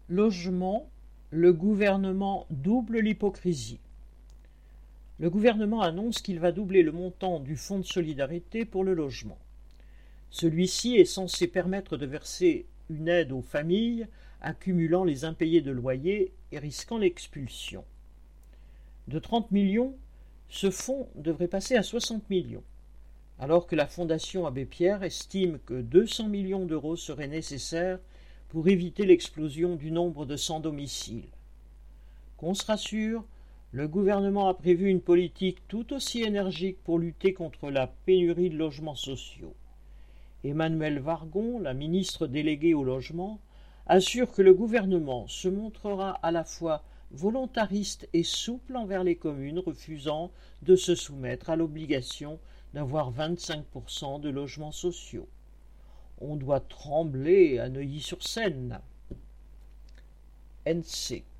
Logement, le gouvernement double l'hypocrisie. Le gouvernement annonce qu'il va doubler le montant du fonds de solidarité pour le logement. Celui-ci est censé permettre de verser une aide aux familles accumulant les impayés de loyer et risquant l'expulsion. De 30 millions, ce fonds devrait passer à 60 millions, alors que la Fondation Abbé Pierre estime que 200 millions d'euros seraient nécessaires pour éviter l'explosion du nombre de sans-domicile. Qu'on se rassure, le gouvernement a prévu une politique tout aussi énergique pour lutter contre la pénurie de logements sociaux. Emmanuelle Wargon, la ministre déléguée au logement, assure que le gouvernement se montrera à la fois volontariste et souple envers les communes refusant de se soumettre à l'obligation d'avoir 25% de logements sociaux. On doit trembler à Neuilly-sur-Seine. NC